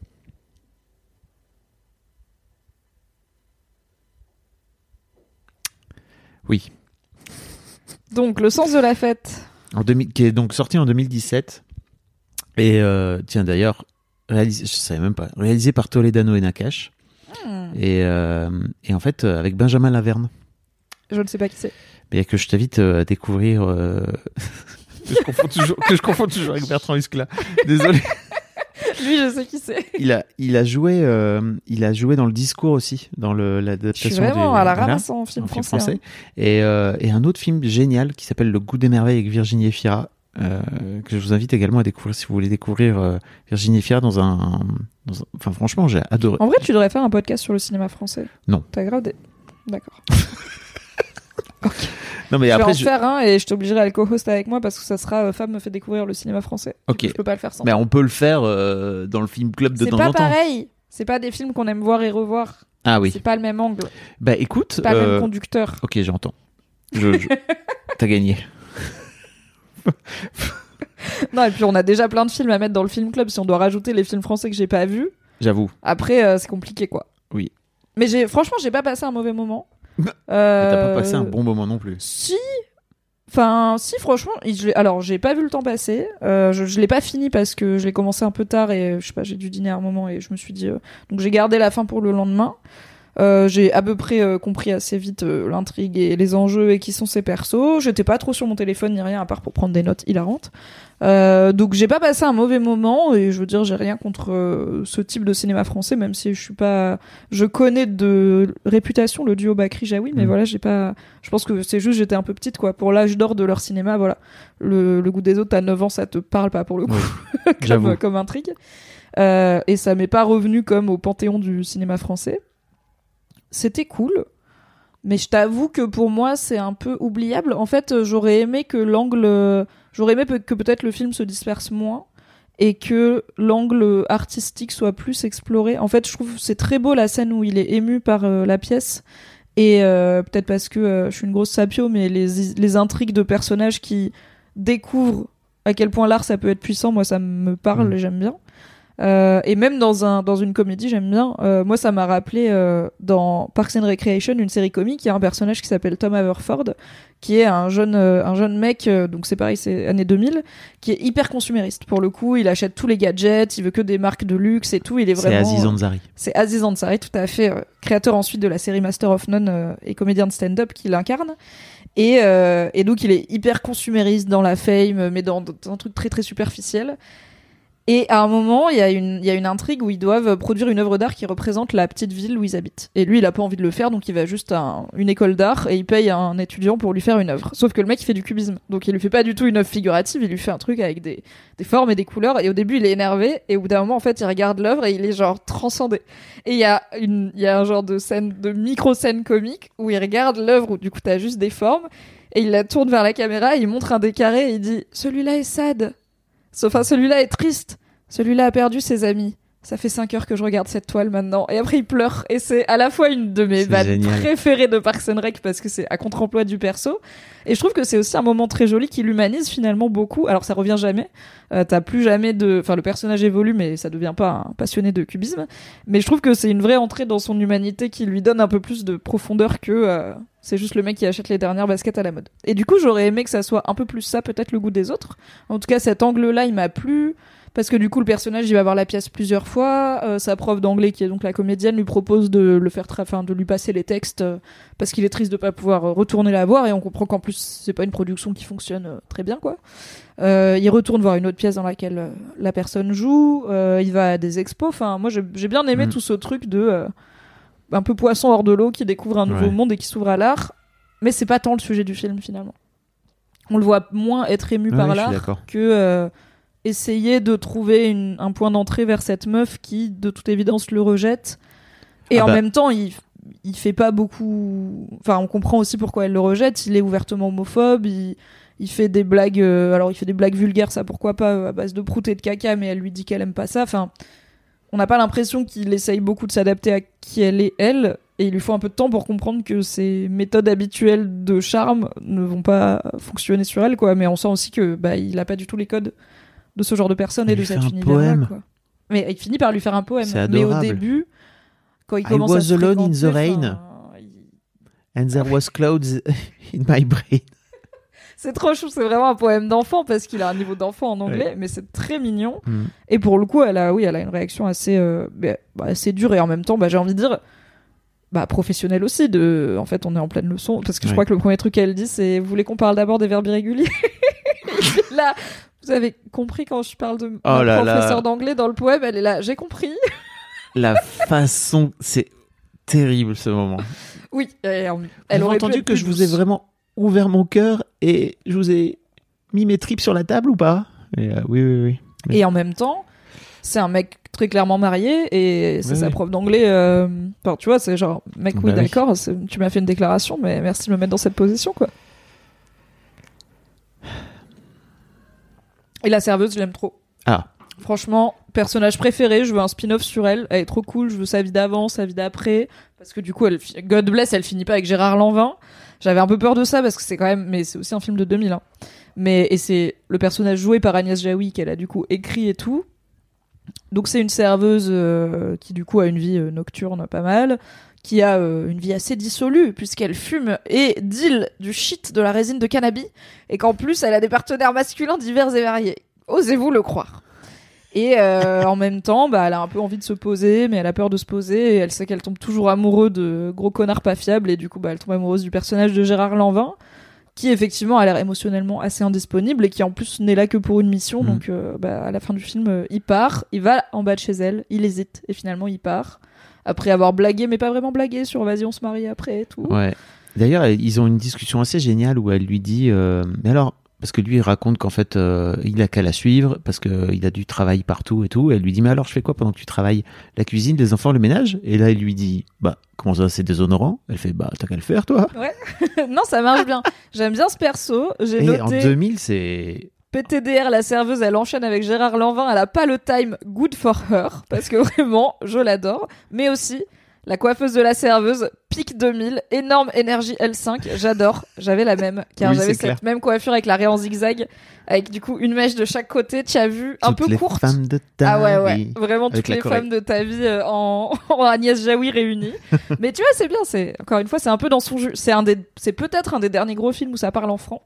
Oui. Donc, Le Sens de la Fête. Qui est donc sorti en 2017. Et tiens, d'ailleurs, je savais même pas, réalisé par Toledano et Nakache. Et en fait, avec Benjamin Laverne. je ne sais pas qui c'est. Il y a que je t'invite à découvrir. Que je confonds toujours avec Bertrand Huskla. Désolé. Lui, je sais qui c'est. Il a joué dans Le Discours aussi, dans l'adaptation. Je suis vraiment à la ramasse en film français. Et un autre film génial qui s'appelle Le Goût des merveilles avec Virginie Efira, que je vous invite également à découvrir si vous voulez découvrir Virginie Efira dans un. Enfin, franchement, j'ai adoré. En vrai, tu devrais faire un podcast sur le cinéma français. Non. T'as grave des. D'accord. Ok. Non, mais je après, vais en faire un et je t'obligerai à le co-host avec moi parce que ça sera Fab me fait découvrir le cinéma français. Ok. Je peux pas le faire sans. Mais on peut le faire dans le film club de temps en temps. C'est pas pareil. C'est pas des films qu'on aime voir et revoir. Ah oui. C'est pas le même angle. Bah écoute. C'est pas le même conducteur. Ok, j'entends. T'as gagné. Non, et puis on a déjà plein de films à mettre dans le film club. Si on doit rajouter les films français que j'ai pas vus. J'avoue. Après, c'est compliqué quoi. Oui. Mais franchement, j'ai pas passé un mauvais moment. Mais t'as pas passé un bon moment non plus. Si, franchement, alors j'ai pas vu le temps passer. Je l'ai pas fini parce que je l'ai commencé un peu tard et je sais pas, j'ai dû dîner à un moment et je me suis dit. Donc j'ai gardé la fin pour le lendemain. J'ai à peu près compris assez vite l'intrigue et les enjeux et qui sont ces persos. J'étais pas trop sur mon téléphone ni rien à part pour prendre des notes hilarantes. Donc j'ai pas passé un mauvais moment et je veux dire j'ai rien contre ce type de cinéma français, même si je connais de réputation le duo Bakri Jaoui, mais voilà, je pense que c'est juste j'étais un peu petite quoi pour l'âge d'or de leur cinéma. Voilà, le Goût des autres à 9 ans ça te parle pas pour le coup. Oui, comme intrigue et ça m'est pas revenu comme au panthéon du cinéma français. C'était cool, mais je t'avoue que pour moi c'est un peu oubliable. En fait, j'aurais aimé que peut-être le film se disperse moins et que l'angle artistique soit plus exploré. En fait, je trouve que c'est très beau la scène où il est ému par la pièce et peut-être parce que je suis une grosse sapio, mais les intrigues de personnages qui découvrent à quel point l'art ça peut être puissant, moi ça me parle, j'aime bien. Et même dans une comédie j'aime bien. Moi ça m'a rappelé dans Parks and Recreation, une série comique, il y a un personnage qui s'appelle Tom Haverford qui est un jeune mec, donc c'est pareil, c'est années 2000, qui est hyper consumériste pour le coup. Il achète tous les gadgets, il veut que des marques de luxe et tout. Il est vraiment. C'est Aziz Ansari. C'est Aziz Ansari, tout à fait, créateur ensuite de la série Master of None et comédien de stand-up qui l'incarne. Et donc il est hyper consumériste dans la fame, mais dans un truc très très superficiel. Et à un moment, il y a une intrigue où ils doivent produire une œuvre d'art qui représente la petite ville où ils habitent. Et lui, il a pas envie de le faire, donc il va juste à une école d'art et il paye un étudiant pour lui faire une œuvre. Sauf que le mec, il fait du cubisme. Donc il lui fait pas du tout une œuvre figurative, il lui fait un truc avec des formes et des couleurs. Et au début, il est énervé. Et au bout d'un moment, en fait, il regarde l'œuvre et il est genre transcendé. Et il y a un genre de scène, de micro-scène comique où il regarde l'œuvre où du coup, t'as juste des formes. Et il la tourne vers la caméra, il montre un des carrés et il dit « Celui-là est sad ». Enfin, celui-là est triste. Celui-là a perdu ses amis. Ça fait 5 heures que je regarde cette toile maintenant. Et après, il pleure. Et c'est à la fois une de mes vannes préférées de Parks and Rec parce que c'est à contre-emploi du perso. Et je trouve que c'est aussi un moment très joli qui l'humanise finalement beaucoup. Alors, ça revient jamais. T'as plus jamais Enfin, le personnage évolue, mais ça devient pas un passionné de cubisme. Mais je trouve que c'est une vraie entrée dans son humanité qui lui donne un peu plus de profondeur que... c'est juste le mec qui achète les dernières baskets à la mode. Et du coup, j'aurais aimé que ça soit un peu plus ça, peut-être le goût des autres. En tout cas, cet angle-là, il m'a plu. Parce que du coup, le personnage, il va voir la pièce plusieurs fois. Sa prof d'anglais, qui est donc la comédienne, lui propose de de lui passer les textes parce qu'il est triste de pas pouvoir retourner la voir. Et on comprend qu'en plus, c'est pas une production qui fonctionne très bien, quoi. Il retourne voir une autre pièce dans laquelle la personne joue. Il va à des expos. Enfin, moi, j'ai bien aimé tout ce truc de un peu poisson hors de l'eau qui découvre un nouveau monde et qui s'ouvre à l'art. Mais c'est pas tant le sujet du film, finalement. On le voit moins être ému par l'art que... essayer de trouver un point d'entrée vers cette meuf qui, de toute évidence, le rejette. Et même temps, il fait pas beaucoup... Enfin, on comprend aussi pourquoi elle le rejette. Il est ouvertement homophobe. Il fait des blagues... alors, il fait des blagues vulgaires, ça, pourquoi pas, à base de prout et de caca, mais elle lui dit qu'elle aime pas ça. Enfin, on n'a pas l'impression qu'il essaye beaucoup de s'adapter à qui elle est, elle. Et il lui faut un peu de temps pour comprendre que ses méthodes habituelles de charme ne vont pas fonctionner sur elle, quoi. Mais on sent aussi que il a pas du tout les codes de ce genre de personne et de cet univers-là, quoi. Mais il finit par lui faire un poème. Mais au début, quand il commence à se I was alone in the rain, and there was clouds in my brain. C'est trop chou, c'est vraiment un poème d'enfant parce qu'il a un niveau d'enfant en anglais, mais c'est très mignon. Et pour le coup, elle a une réaction assez dure et en même temps, j'ai envie de dire, professionnelle aussi. En fait, on est en pleine leçon parce que je crois que le premier truc qu'elle dit, c'est vous voulez qu'on parle d'abord des verbes irréguliers. Là, vous avez compris quand je parle de professeur d'anglais dans le poème, elle est là. J'ai compris. La façon, c'est terrible ce moment. Oui, elle aurait entendu que je vous ai vraiment ouvert mon cœur et je vous ai mis mes tripes sur la table ou pas? Et, oui. Et en même temps, c'est un mec très clairement marié et c'est sa prof d'anglais. Enfin, tu vois, c'est genre, mec, oui, d'accord, tu m'as fait une déclaration, mais merci de me mettre dans cette position, quoi. Et la serveuse, je l'aime trop. Ah. Franchement, personnage préféré, je veux un spin-off sur elle. Elle est trop cool, je veux sa vie d'avant, sa vie d'après. Parce que du coup, God bless, elle finit pas avec Gérard Lanvin. J'avais un peu peur de ça parce que c'est quand même... Mais c'est aussi un film de 2000. Hein. Et c'est le personnage joué par Agnès Jaoui qu'elle a du coup écrit et tout. Donc c'est une serveuse qui du coup a une vie nocturne pas mal, qui a une vie assez dissolue puisqu'elle fume et deal du shit de la résine de cannabis et qu'en plus elle a des partenaires masculins divers et variés. Osez-vous le croire. Et en même temps, elle a un peu envie de se poser, mais elle a peur de se poser et elle sait qu'elle tombe toujours amoureuse de gros connards pas fiables et du coup elle tombe amoureuse du personnage de Gérard Lanvin qui effectivement a l'air émotionnellement assez indisponible et qui en plus n'est là que pour une mission. Donc à la fin du film, il part, il va en bas de chez elle, il hésite et finalement il part après avoir blagué, mais pas vraiment blagué sur vas-y on se marie après et tout. Ouais. D'ailleurs, ils ont une discussion assez géniale où elle lui dit mais alors, parce que lui il raconte qu'en fait il a qu'à la suivre parce qu'il a du travail partout et tout. Elle lui dit mais alors je fais quoi pendant que tu travailles? La cuisine, les enfants, le ménage? Et là il lui dit comment ça, c'est déshonorant? Elle fait t'as qu'à le faire toi. Ouais. Non, ça marche bien. J'aime bien ce perso. J'ai noté. En 2000 c'est... PTDR, la serveuse, elle enchaîne avec Gérard Lanvin. Elle a pas le time good for her parce que vraiment je l'adore. Mais aussi la coiffeuse de la serveuse, pic 2000, énorme énergie L5, j'adore. J'avais la même, car j'avais cette même coiffure avec la raie en zigzag, avec du coup une mèche de chaque côté, tu as vu, un peu courte. Toutes les femmes de ta vie. Vraiment toutes les femmes de ta vie en Agnès Jaoui réunies. Mais tu vois, c'est bien, encore une fois, c'est un peu dans son jus. C'est peut-être un des derniers gros films où ça parle en franc.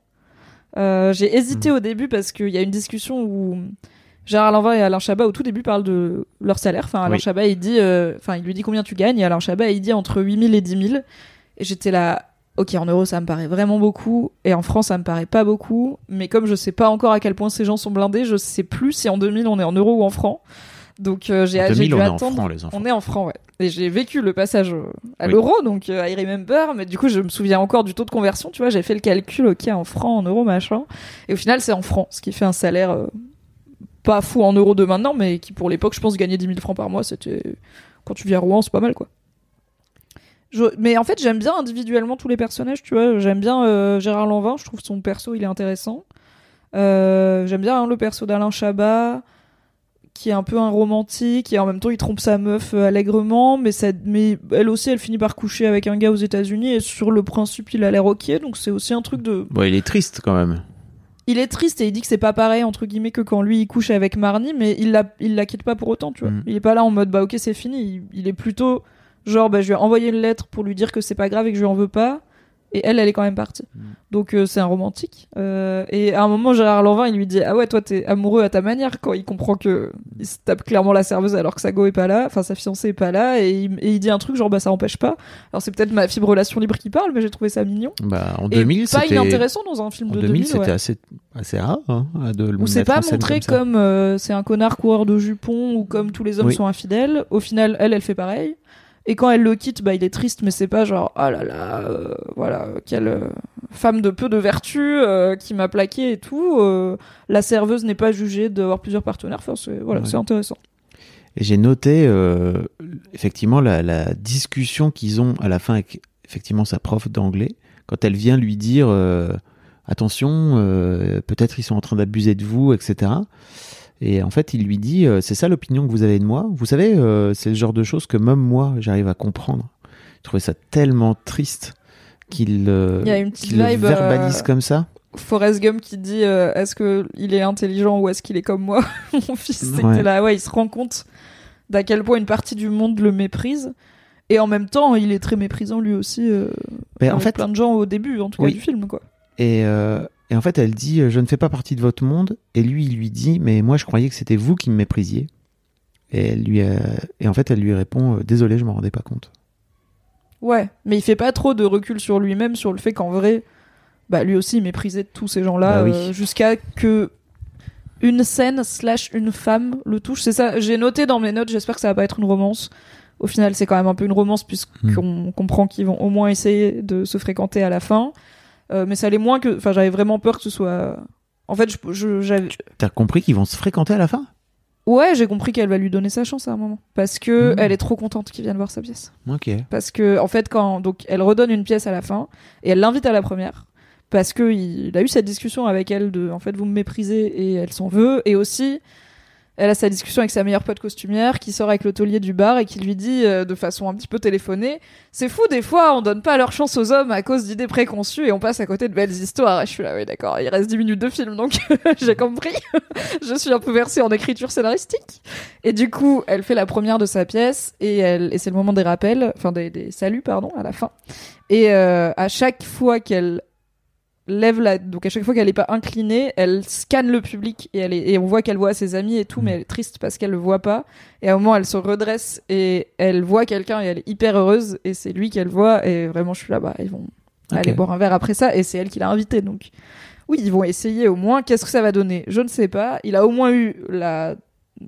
J'ai hésité au début parce qu'il y a une discussion où Gérard Lanvin et Alain Chabat au tout début parlent de leur salaire. Enfin, Alain Chabat il dit, il lui dit combien tu gagnes et Alain Chabat il dit entre 8 000 et 10 000. Et j'étais là, ok, en euros ça me paraît vraiment beaucoup et en francs ça me paraît pas beaucoup. Mais comme je sais pas encore à quel point ces gens sont blindés, je sais plus si en 2000 on est en euros ou en francs. Donc j'ai dû attendre. On est en francs, ouais. Et j'ai vécu le passage à l'euro, donc I remember. Mais du coup je me souviens encore du taux de conversion. Tu vois, j'ai fait le calcul, ok, en francs, en euros, machin. Et au final c'est en francs, ce qui fait un salaire pas fou en euros de maintenant, mais qui pour l'époque, je pense, gagner 10 000 francs par mois, c'était... Quand tu vis à Rouen, c'est pas mal, quoi. Mais en fait, j'aime bien individuellement tous les personnages, tu vois. J'aime bien Gérard Lanvin, je trouve son perso, il est intéressant. J'aime bien le perso d'Alain Chabat, qui est un peu un romantique, et en même temps, il trompe sa meuf allègrement, mais elle aussi, elle finit par coucher avec un gars aux États-Unis, et sur le principe, il a l'air ok, donc c'est aussi un truc de... Bon, il est triste, quand même. Il est triste et il dit que c'est pas pareil entre guillemets que quand lui il couche avec Marnie, mais il la quitte pas pour autant, tu vois. Il est pas là en mode ok c'est fini, il est plutôt genre je lui ai envoyé une lettre pour lui dire que c'est pas grave et que je lui en veux pas, et elle est quand même partie. Donc c'est un romantique. Et à un moment Gérard Lanvin il lui dit ah ouais toi t'es amoureux à ta manière, quand il comprend que il se tape clairement la serveuse alors que sa go est pas là, enfin sa fiancée est pas là, et il dit un truc genre ça empêche pas. Alors c'est peut-être ma fibre relation libre qui parle, mais j'ai trouvé ça mignon. En 2000 et pas inintéressant dans un film de 2000. C'était assez rare de le où c'est pas montré comme c'est un connard coureur de jupons ou comme tous les hommes sont infidèles. Au final elle fait pareil. Et quand elle le quitte, il est triste, mais c'est pas genre oh là là, voilà, quelle femme de peu de vertu qui m'a plaqué et tout. La serveuse n'est pas jugée d'avoir plusieurs partenaires. Enfin, c'est intéressant. Et j'ai noté effectivement la discussion qu'ils ont à la fin avec effectivement sa prof d'anglais, quand elle vient lui dire attention, peut-être ils sont en train d'abuser de vous, etc. Et en fait, il lui dit c'est ça l'opinion que vous avez de moi. Vous savez, c'est le genre de choses que même moi, j'arrive à comprendre. Je trouvais ça tellement triste qu'il le verbalise comme ça. Forrest Gump qui dit est-ce qu'il est intelligent ou est-ce qu'il est comme moi? Mon fils, c'était là, il se rend compte d'à quel point une partie du monde le méprise. Et en même temps, il est très méprisant lui aussi. En fait, plein de gens au début, en tout cas, du film, quoi. Et en fait, elle dit je ne fais pas partie de votre monde. Et lui, il lui dit mais moi, je croyais que c'était vous qui me méprisiez. Et en fait, elle lui répond désolé, je m'en rendais pas compte. Ouais, mais il fait pas trop de recul sur lui-même, sur le fait qu'en vrai, lui aussi il méprisait tous ces gens-là, jusqu'à que une scène / une femme le touche. C'est ça, j'ai noté dans mes notes, j'espère que ça va pas être une romance. Au final, c'est quand même un peu une romance, puisqu'on comprend qu'ils vont au moins essayer de se fréquenter à la fin. Mais ça allait moins que... Enfin, j'avais vraiment peur que ce soit... En fait, j'avais... T'as compris qu'ils vont se fréquenter à la fin ? Ouais, j'ai compris qu'elle va lui donner sa chance à un moment. Parce que elle est trop contente qu'il vienne voir sa pièce. Ok. Parce que, en fait, donc, elle redonne une pièce à la fin, et elle l'invite à la première. Parce qu'il a eu cette discussion avec elle de, en fait, vous me méprisez, et elle s'en veut. Et aussi, elle a sa discussion avec sa meilleure pote costumière qui sort avec le taulier du bar et qui lui dit de façon un petit peu téléphonée, c'est fou, des fois on donne pas leur chance aux hommes à cause d'idées préconçues et on passe à côté de belles histoires. Et je suis là, oui d'accord, il reste 10 minutes de film donc j'ai compris. Je suis un peu versée en écriture scénaristique. Et du coup elle fait la première de sa pièce et c'est le moment des rappels, enfin des saluts pardon à la fin. Et à chaque fois qu'elle donc à chaque fois qu'elle est pas inclinée, elle scanne le public et on voit qu'elle voit ses amis et tout, mais elle est triste parce qu'elle le voit pas. Et à un moment, elle se redresse et elle voit quelqu'un et elle est hyper heureuse et c'est lui qu'elle voit et vraiment je suis là, ils vont aller boire un verre après ça et c'est elle qui l'a invité. Donc oui, ils vont essayer au moins. Qu'est-ce que ça va donner ? Je ne sais pas. Il a au moins eu la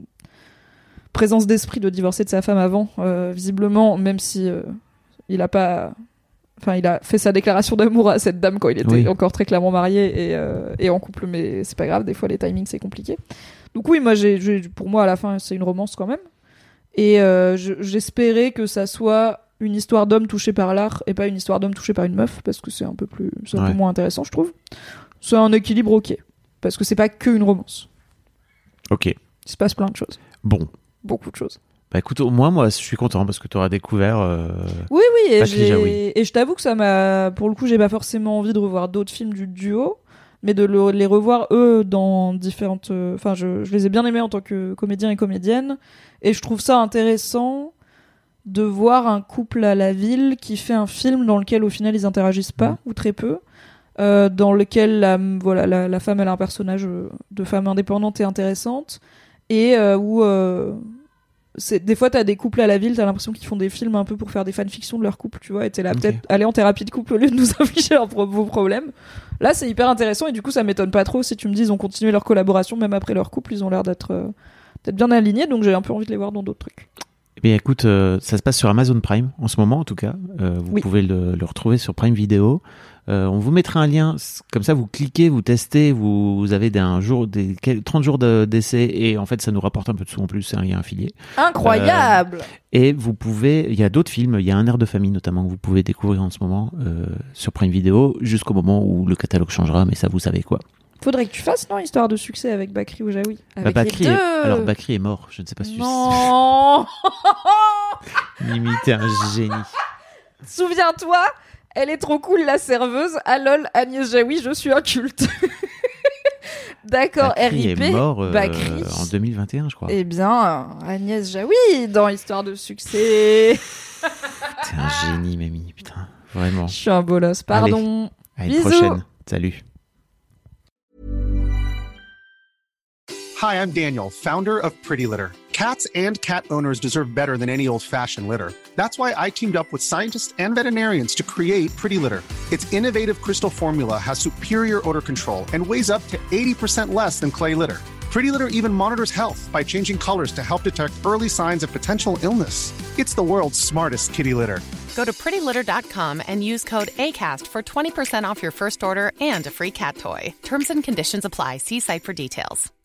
présence d'esprit de divorcer de sa femme avant, visiblement, même si il a pas... Enfin, il a fait sa déclaration d'amour à cette dame quand il était encore très clairement marié et en couple, mais c'est pas grave, des fois les timings c'est compliqué. Donc oui, moi pour moi à la fin c'est une romance quand même. Et j'espérais que ça soit une histoire d'homme touché par l'art et pas une histoire d'homme touché par une meuf, parce que c'est un peu moins intéressant je trouve. C'est un équilibre ok, parce que c'est pas que une romance. Ok. Il se passe plein de choses. Bon. Beaucoup de choses. Bah écoute, moi je suis content parce que tu auras découvert. Oui, et je t'avoue que ça m'a. Pour le coup, j'ai pas forcément envie de revoir d'autres films du duo, mais de les revoir eux dans différentes. Enfin, je les ai bien aimés en tant que comédien et comédienne, et je trouve ça intéressant de voir un couple à la ville qui fait un film dans lequel au final ils interagissent pas ou très peu, dans lequel la femme elle a un personnage de femme indépendante et intéressante, et où des fois t'as des couples à la ville, t'as l'impression qu'ils font des films un peu pour faire des fanfictions de leur couple, tu vois, et t'es là peut-être aller en thérapie de couple au lieu de nous afficher vos problèmes. Là c'est hyper intéressant et du coup ça m'étonne pas trop si tu me dis ils ont continué leur collaboration même après leur couple, ils ont l'air d'être bien alignés, donc j'ai un peu envie de les voir dans d'autres trucs. Eh bien écoute, ça se passe sur Amazon Prime en ce moment en tout cas, vous pouvez le retrouver sur Prime Video. On vous mettra un lien, comme ça vous cliquez, vous testez, vous avez 30 jours d'essai et en fait ça nous rapporte un peu de sous en plus, c'est un lien affilié. Incroyable. Et vous pouvez, il y a d'autres films, il y a Un air de famille notamment que vous pouvez découvrir en ce moment sur Prime Video jusqu'au moment où le catalogue changera, mais ça vous savez quoi. Faudrait que tu fasses, non, Histoire de succès avec Bakri ou Jaoui. Alors Bakri est mort, je ne sais pas si tu sais. Non. Mimi, t'es un génie. Souviens-toi, elle est trop cool la serveuse. Ah lol, Agnès Jaoui, je suis un culte. D'accord, Bakri RIP. est mort Bakri. en 2021, je crois. Eh bien, Agnès Jaoui dans Histoire de succès. T'es un génie, Mimi, putain, vraiment. Je suis un bolos, pardon. À une Bisous. prochaine. Salut. Hi, I'm Daniel, founder of Pretty Litter. Cats and cat owners deserve better than any old-fashioned litter. That's why I teamed up with scientists and veterinarians to create Pretty Litter. Its innovative crystal formula has superior odor control and weighs up to 80% less than clay litter. Pretty Litter even monitors health by changing colors to help detect early signs of potential illness. It's the world's smartest kitty litter. Go to prettylitter.com and use code ACAST for 20% off your first order and a free cat toy. Terms and conditions apply. See site for details.